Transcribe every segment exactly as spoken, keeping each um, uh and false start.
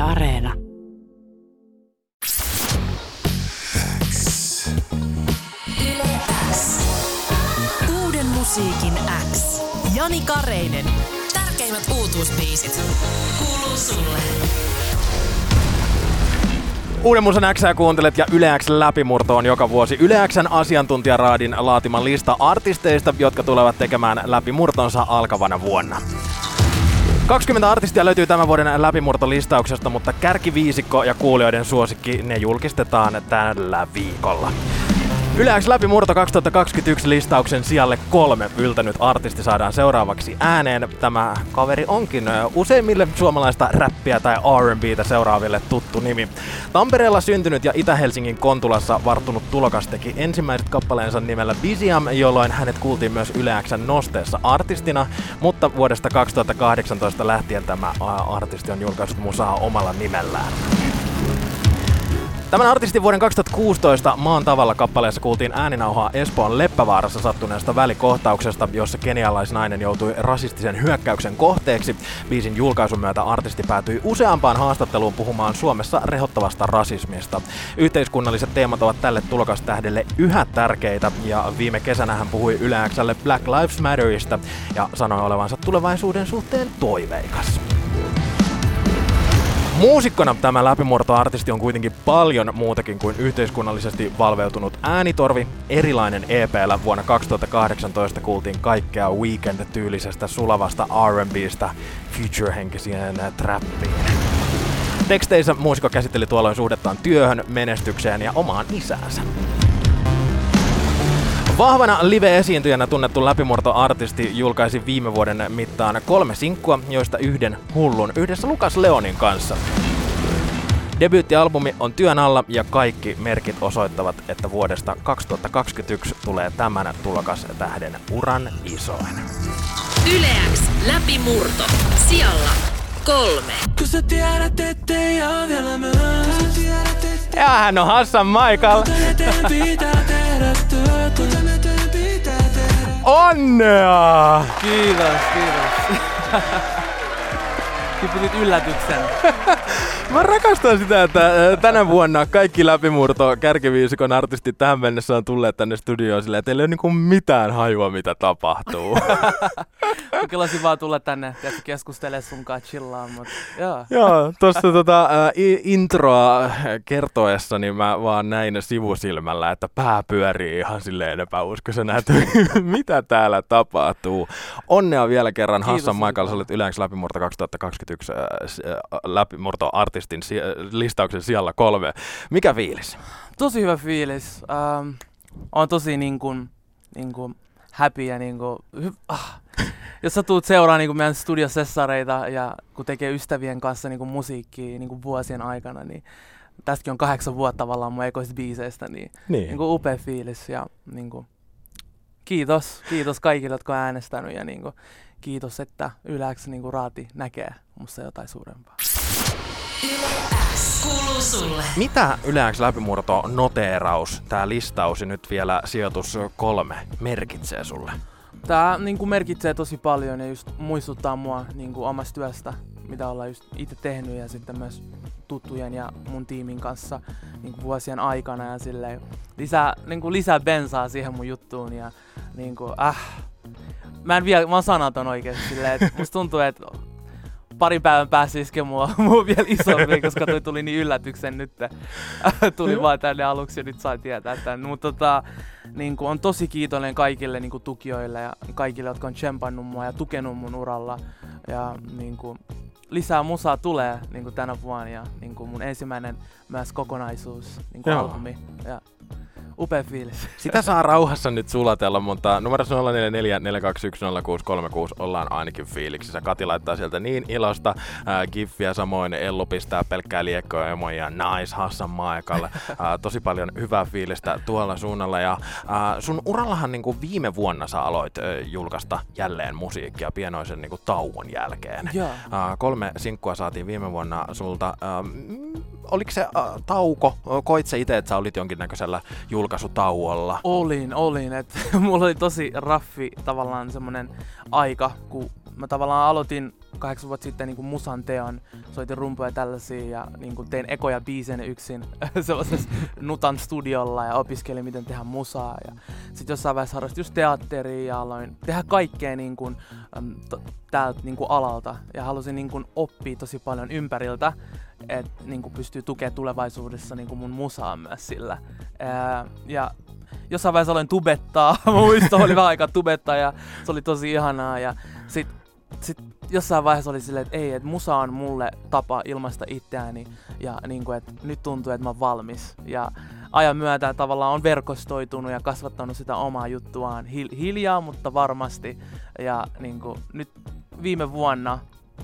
Areena. Yle X. Uuden musiikin X. Jani Kareinen. Tärkeimmät uutuusbiisit. Kuuluu sulle. Uuden musan X:ää kuuntelet ja Yle X:n läpimurto on joka vuosi Yle X:n asiantuntijaraadin laatima lista artisteista, jotka tulevat tekemään läpimurtonsa alkavana vuonna. kaksikymmentä artistia löytyy tämän vuoden läpimurtolistauksesta, mutta kärkiviisikko ja kuulijoiden suosikki ne julkistetaan tällä viikolla. Yle X läpimurto kaksituhattakaksikymmentäyksi listauksen sijalle kolme yltänyt artisti saadaan seuraavaksi ääneen. Tämä kaveri onkin useimmille suomalaista räppiä tai R and B:tä seuraaville tuttu nimi. Tampereella syntynyt ja Itä-Helsingin Kontulassa varttunut tulokas teki ensimmäiset kappaleensa nimellä Bisiam, jolloin hänet kuultiin myös Yle X:n nosteessa artistina, mutta vuodesta kaksituhattakahdeksantoista lähtien tämä artisti on julkaissut musaa omalla nimellään. Tämän artistin vuoden kaksituhattakuusitoista Maan tavalla kappaleessa kuultiin ääninauhaa Espoon Leppävaarassa sattuneesta välikohtauksesta, jossa kenialaisnainen joutui rasistisen hyökkäyksen kohteeksi. Biisin julkaisun myötä artisti päätyi useampaan haastatteluun puhumaan Suomessa rehottavasta rasismista. Yhteiskunnalliset teemat ovat tälle tulokastähdelle yhä tärkeitä, ja viime kesänä hän puhui Yle X:lle Black Lives Matterista ja sanoi olevansa tulevaisuuden suhteen toiveikas. Muusikkona tämä läpimurtoartisti on kuitenkin paljon muutakin kuin yhteiskunnallisesti valveutunut äänitorvi. Erilainen E P:llä vuonna kaksituhattakahdeksantoista kuultiin kaikkea Weekend-tyylisestä sulavasta R and B:stä future-henkiseen trappiin. Teksteissä muusikko käsitteli tuolloin suhdettaan työhön, menestykseen ja omaan isäänsä. Vahvana live-esiintyjänä tunnettu läpimurtoartisti julkaisi viime vuoden mittaan kolme sinkkua, joista yhden hullun yhdessä Lukas Leonin kanssa. Debyyttialbumi on työn alla ja kaikki merkit osoittavat, että vuodesta kaksituhattakaksikymmentäyksi tulee tämän tulokas tähden uran isoin. Yle X läpimurto. Sijalla kolme. Kun sä tiedät, ettei oo vielä myös. Ja hän on Hassan Michael. Onnea! Kiitos, kiitos. Tiputit yllätyksen. Mä rakastan sitä, että tänä vuonna kaikki läpimurto kärkiviisikon artistit tähän mennessä on tulleet tänne studioon silleen, että teillä ei ole niinku mitään hajua, mitä tapahtuu. Kelasin vaan tulla tänne ja keskustele sunkaan chillaan, mutta joo. Joo, tossa tota, ä, introa kertoessani mä vaan näin sivusilmällä, että pää pyörii ihan silleen epäuskoisena, että mitä täällä tapahtuu. Onnea vielä kerran. Kiitos, Hassan Michael, sä olet Yle X läpimurto kaksituhattakaksikymmentäyksi ä, läpimurtoartistin si- listauksen sijalla kolme. Mikä fiilis? Tosi hyvä fiilis. Ähm, on tosi niin kuin, niin kuin happy ja niin kuin, hy- ah. Jos sä tuut seuraa niin kuin meidän studiosessareita ja kun tekee ystävien kanssa niin kuin musiikkia niin kuin vuosien aikana, niin tästäkin on kahdeksan vuotta tavallaan mun ekoista biiseistä, niin, niin. niin kuin upea fiilis. Ja, niin kuin, kiitos, kiitos kaikille, jotka on äänestänyt ja niin kuin, kiitos, että Yle X niin kuin raati näkee musta jotain suurempaa. Yle X kuuluu sulle. Mitä Yle X läpimurto noteeraus, tää listaus ja nyt vielä sijoitus kolme merkitsee sulle? Tää niin kuin merkitsee tosi paljon ja just muistuttaa mua niin kuin omasta työstä, mitä ollaan just itse tehnyt ja sitten myös tuttujen ja mun tiimin kanssa niin kuin vuosien aikana ja silleen lisää, niin kuin lisää bensaa siihen mun juttuun ja niin kuin, äh, mä en vielä, mä oon sanaton oikeesti silleen, että musta tuntuu, että parin päivän päässä iskee mua, mua vielä isompi, koska toi tuli niin yllätyksen nyt. Tuli vaan tänne aluksi ja nyt sain tietää tämän. Mutta tota, niin on tosi kiitollinen kaikille niin tukijoille ja kaikille, jotka on tsempannut mua ja tukenut mun uralla. Ja niin kuin, lisää musaa tulee niin tänä vuonna ja niin mun ensimmäinen myös kokonaisuus, niin albumi. Ja upea fiilis. Sitä saa rauhassa nyt sulatella, mutta numerossa nolla neljä neljä neljä kaksi yksi nolla kuusi kolme kuusi ollaan ainakin fiiliksissä. Kati laittaa sieltä niin ilosta äh, giffiä, samoin Ellu pistää pelkkää liekkoja emoja, nice, Hassan Michael. Äh, tosi paljon hyvää fiilistä tuolla suunnalla. Ja äh, sun urallahan niinku viime vuonna sä aloit äh, julkaista jälleen musiikkia pienoisen niinku tauon jälkeen. Yeah. Äh, kolme sinkkua saatiin viime vuonna sulta. Äh, oliko se äh, tauko? Koit sä itse, että sä olit jonkinnäköisellä julkaisutauolla? Olin, olin. Et mulla oli tosi raffi tavallaan semmonen aika, kun mä tavallaan aloitin kahdeksan vuotta sitten niinku musan teon, soitin rumpuja tällaisia ja niinku tein ekoja biisejä yksin sellaisessa Nutan studiolla ja opiskelin miten tehdä musaa ja sitten jossain vaiheessa harrastin just teatteria ja aloin tehdä kaikkea niinku, äm, to, täältä niinku alalta ja halusin niinku oppia tosi paljon ympäriltä, että niinku pystyy tukemaan tulevaisuudessa niinku mun musaa myös sillä. Ää, ja jossain vaiheessa aloin tubettaa, mä muistan, oli vähän aikaa tubettaa ja se oli tosi ihanaa ja sit, sit jossain vaiheessa oli silleen, että ei, että musa on mulle tapa ilmaista itseäni ja niinku, että nyt tuntuu, että mä oon valmis ja ajan myötä tavallaan on verkostoitunut ja kasvattanut sitä omaa juttuaan Hil- hiljaa, mutta varmasti ja niinku, nyt viime vuonna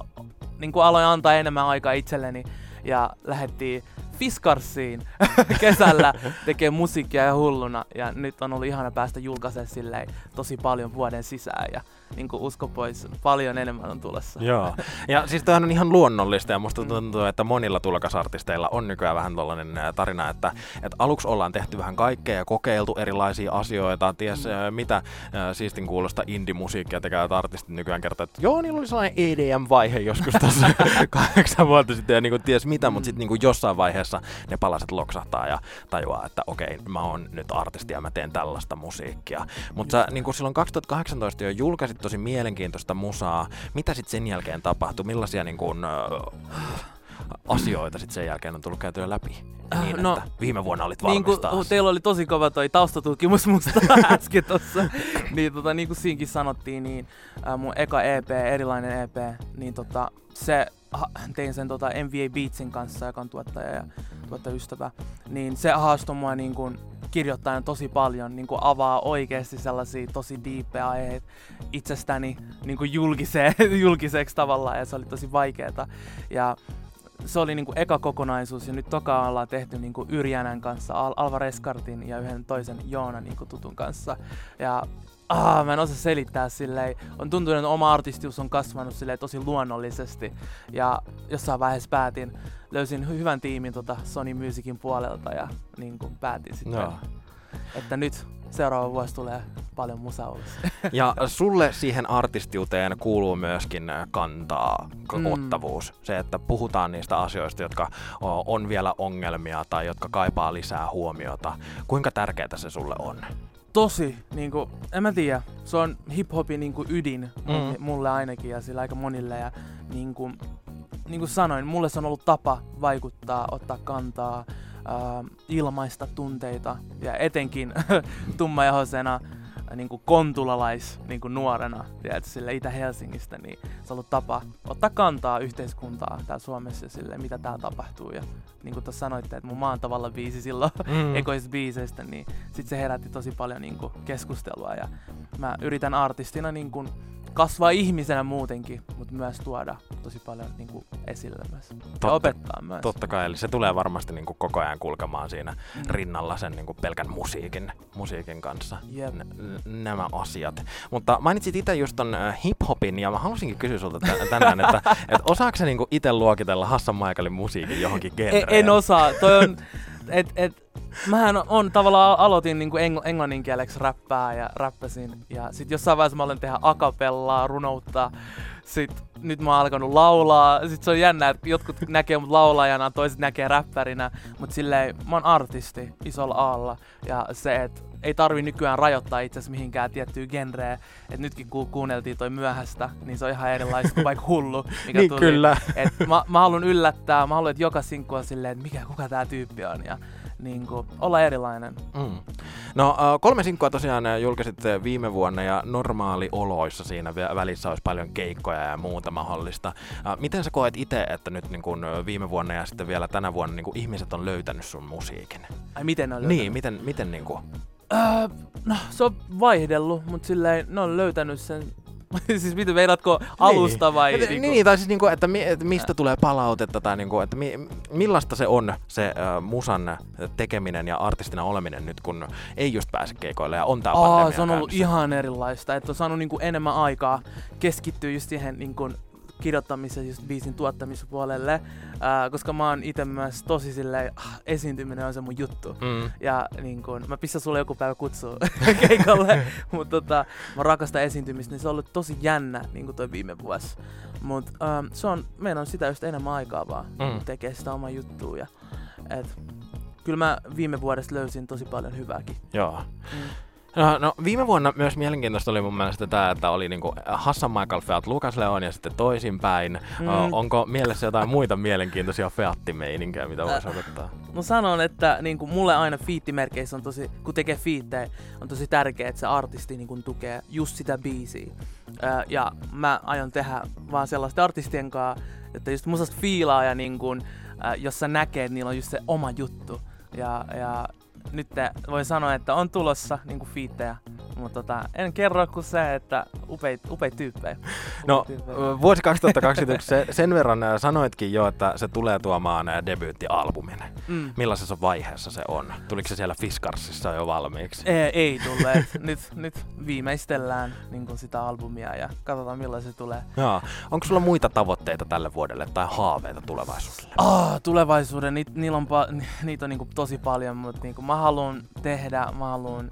niinku aloin antaa enemmän aikaa itselleni ja lähdettiin Fiskarsiin kesällä tekee musiikkia ja hulluna ja nyt on ollut ihana päästä julkaisemaan silleen tosi paljon vuoden sisään ja niin kuin usko pois, paljon enemmän on tulossa. Joo, ja siis tämähän on ihan luonnollista ja musta tuntuu, että monilla tulokasartisteilla on nykyään vähän tollainen tarina, että, että aluksi ollaan tehty vähän kaikkea ja kokeiltu erilaisia asioita, ties mm. mitä siistin kuulosta indie-musiikkia tekevät artistit nykyään kertoo, että joo, niillä oli sellainen E D M-vaihe joskus tässä kahdeksan vuotta sitten ja niin kuin ties mitä, mm. mutta sitten niin jossain vaiheessa ne palaset loksahtaa ja tajuaa, että okei, mä oon nyt artisti ja mä teen tällaista musiikkia. Mutta sä niin kuin silloin kaksituhattakahdeksantoista jo julkaisit tosi mielenkiintoista musaa. Mitä sitten sen jälkeen tapahtui? Millaisia niin kuin, äh, asioita sitten sen jälkeen on tullut käytyä läpi? Niin, no, että viime vuonna olit valmis niin taas. Teillä oli tosi kova toi taustatutkimus musta äsken tossa. niin, tota, niin kuin siinkin sanottiin, niin äh, mun eka E P, erilainen E P, niin tota, se ha, tein sen tota M V A Beatsin kanssa, joka on tuottaja ja tuottajaystävä, niin se haastoi mua niin kuin kirjoittajan tosi paljon, niin kuin avaa oikeasti sellaisia tosi diippejä aiheita itsestäni niin kuin julkiseen, julkiseksi tavallaan ja se oli tosi vaikeeta. Ja se oli niinku eka kokonaisuus ja nyt toka ollaan tehty niinku Yrjänän kanssa, Al- Alvar Eskartin ja yhden toisen Joona niinku tutun kanssa. Ja ah, mä en osaa selittää silleen, on tuntunut, että oma artistius on kasvanut silleen tosi luonnollisesti. Ja jossain vaiheessa päätin, löysin hyvän tiimin tota Sony Musicin puolelta ja niinku päätin sitten, no. että nyt seuraava vuosi tulee paljon musaa ulos. Ja sulle siihen artistiuteen kuuluu myöskin kantaa, ottavuus. Mm. Se, että puhutaan niistä asioista, jotka on vielä ongelmia tai jotka kaipaa lisää huomiota. Kuinka tärkeää se sulle on? Tosi, niinku, en mä tiedä. Se on hip-hopin niinku ydin mulle, mm. mulle ainakin ja sillä aika monille. Ja, niinku, niin kuin sanoin, mulle se on ollut tapa vaikuttaa, ottaa kantaa, Uh, ilmaista tunteita ja etenkin tummaihoisena niin kuin kontulalais niin kuin nuorena tiedätkö, sille Itä-Helsingistä, niin se on ollut tapa ottaa kantaa yhteiskuntaa täällä Suomessa ja sille, mitä täällä tapahtuu. Ja niin kuin tuossa sanoitte, että mun maan tavalla biisi silloin mm. ekoisista biiseistä, niin sit se herätti tosi paljon niin kuin keskustelua ja mä yritän artistina niin kuin kasvaa ihmisenä muutenkin, mutta myös tuoda tosi paljon niin kuin esille myös. Totta, ja opettaa myös. Totta kai, eli se tulee varmasti niin kuin koko ajan kulkemaan siinä mm. rinnalla sen niin kuin pelkän musiikin, musiikin kanssa, yep. N- nämä asiat. Mutta mainitsit itse just ton äh, hip-hopin, ja mä halusinkin kysyä sulta t- tänään, että et osaatko sä niin kuin itse luokitella Hassan Michaelin musiikin johonkin genreen? En, en osaa. Toi on, et, et, mähän on tavallaan aloitin niinku engl- englannin kieleksi räppää ja räppäsin ja sit jossain vaiheessa mä aloin tehdä acapellaa, runouttaa. Sit nyt mä oon alkanut laulaa. Sit se on jännä, että jotkut näkee mut laulajana, toiset näkee räppärinä, mut silleen mä oon artisti isolla aalla ja se, että ei tarvi nykyään rajoittaa itse asiassa mihinkään tiettyyn genreen. Et nytkin kun kuunneltiin toi Myöhästä, niin se on ihan erilaista kuin vaikka Hullu, mikä niin tuli. Kyllä. Et mä, mä haluan yllättää, mä haluan, että joka sinkku on silleen, että mikä, kuka tää tyyppi on ja niin kuin, olla erilainen. Mm. No kolme sinkkua tosiaan julkaisit viime vuonna ja normaalioloissa siinä välissä olisi paljon keikkoja ja muuta mahdollista. Miten sä koet itse, että nyt niin kuin viime vuonna ja sitten vielä tänä vuonna niin kuin ihmiset on löytänyt sun musiikin? Ai miten on löytänyt? Niin, miten, miten niin kuin? Öö, no se on vaihdellut, mutta silleen ne on löytänyt sen. Siis miten veidatko alusta niin. vai? Et, niinku? Niin, tai siis niinku, että, mi, että mistä tulee palautetta tai niinku, että mi, millaista se on se uh, musan tekeminen ja artistina oleminen nyt, kun ei just pääse keikoille ja on tää Aa, pandemia se on ollut käynnissä. Ihan erilaista, että on saanut niinku enemmän aikaa keskittyä just siihen niinku kirjoittamisen, just biisin tuottamispuolelle, ää, koska mä oon ite myös tosi silleen, ah, esiintyminen on se mun juttu. Mm. Ja niin kun, mä pistän sulle joku päivä kutsua keikalle, mutta tota, mä rakastan esiintymistä, niin se on ollut tosi jännä niin kuin toi viime vuosi. Mut ähm, se on, meillä on sitä just enemmän aikaa vaan, Mm. tekee sitä omaa juttua. Ja, et, kyllä mä viime vuodesta löysin tosi paljon hyvääkin. Joo. Mm. No, no viime vuonna myös mielenkiintoista oli mun mielestä tämä, että oli niinku Hassan Michael feat Lukas Leon ja sitten toisinpäin. Mm. O, onko mielessä jotain muita mielenkiintoisia feattimeininkejä, mitä voisi odottaa? Mä sanon, että niin kuin mulle aina fiittimerkeissä on tosi, kun tekee fiittejä, on tosi tärkeää, että se artisti niin kuin tukee just sitä biisiä. Ää, ja mä aion tehdä vaan sellaisten artistien kanssa, että just musasta fiilaa ja niin kuin, ää, jos sä näkee, että niillä on just se oma juttu. Ja, ja nyt voin sanoa, että on tulossa niin kuin fiittejä, mutta tota, en kerro kuin se, että upeit, upeit tyyppejä. No, tyyppejä. vuosi kaksituhattakaksikymmentäyksi se, sen verran äh, sanoitkin jo, että se tulee tuomaan äh, debyyttialbumin. Mm. Millaisessa vaiheessa se on? Tuliko se siellä Fiskarsissa jo valmiiksi? Ei, ei tule. nyt, nyt viimeistellään niin kuin sitä albumia ja katsotaan millainen se tulee. Joo. Onko sulla muita tavoitteita tälle vuodelle tai haaveita tulevaisuudelle? Oh, tulevaisuuden, ni, niillä on pa, ni, niitä on niinku tosi paljon, mutta niinku mä haluan tehdä, mä haluan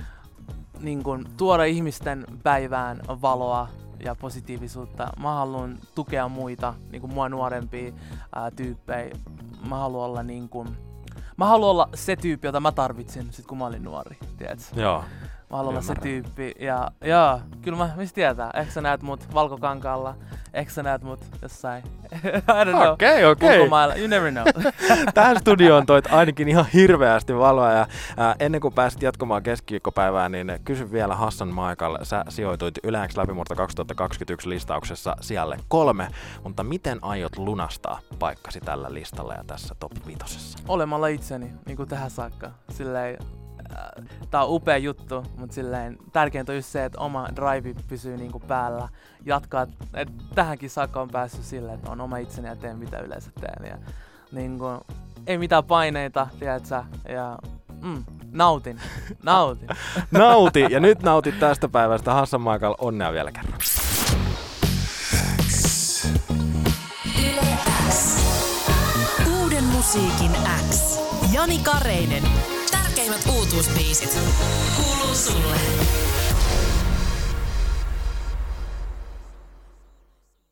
niinku tuoda ihmisten päivään valoa ja positiivisuutta. Mä haluan tukea muita, niinku mua nuorempia ää, tyyppejä. Mä haluan olla niinku, mä haluan olla se tyyppi, jota mä tarvitsin sit kun mä olin nuori, tiedätkö? Joo. Mä haluan olla se Ymmärrän. tyyppi ja joo, kyllä mä, mistä tietää, ehkä sä näet mut valkokankaalla, ehkä sä näet mut jossain, I don't know, Okei, okei. ulkomailla, you never know. Tähän studioon toit ainakin ihan hirveästi valoa ja ää, ennen kuin pääsit jatkamaan keskiviikkopäivää, niin kysy vielä Hassan Michael. Sä sijoituit Yle X Läpimurto kaksituhattakaksikymmentäyksi listauksessa sijalle kolme, mutta miten aiot lunastaa paikkasi tällä listalla ja tässä top viitosessa? Olemalla itseni, niin kuin tähän saakka. Silleen, äh, tää on upea juttu, mutta silleen tärkeintä on just se, että oma drive pysyy niin kuin päällä. Jatkaa, että tähänkin saakka on päässyt silleen, että on oma itseni ja teen mitä yleensä teen. Ja, niin kuin, ei mitään paineita, tiedätkö? Ja mm, nautin, nautin. Nauti! Ja nyt nautit tästä päivästä. Hassan Michael, onnea vielä kerran. Uuden musiikin X. Jani Kareinen. Tärkeimmät uutuusbiisit. Kuuluu sulle.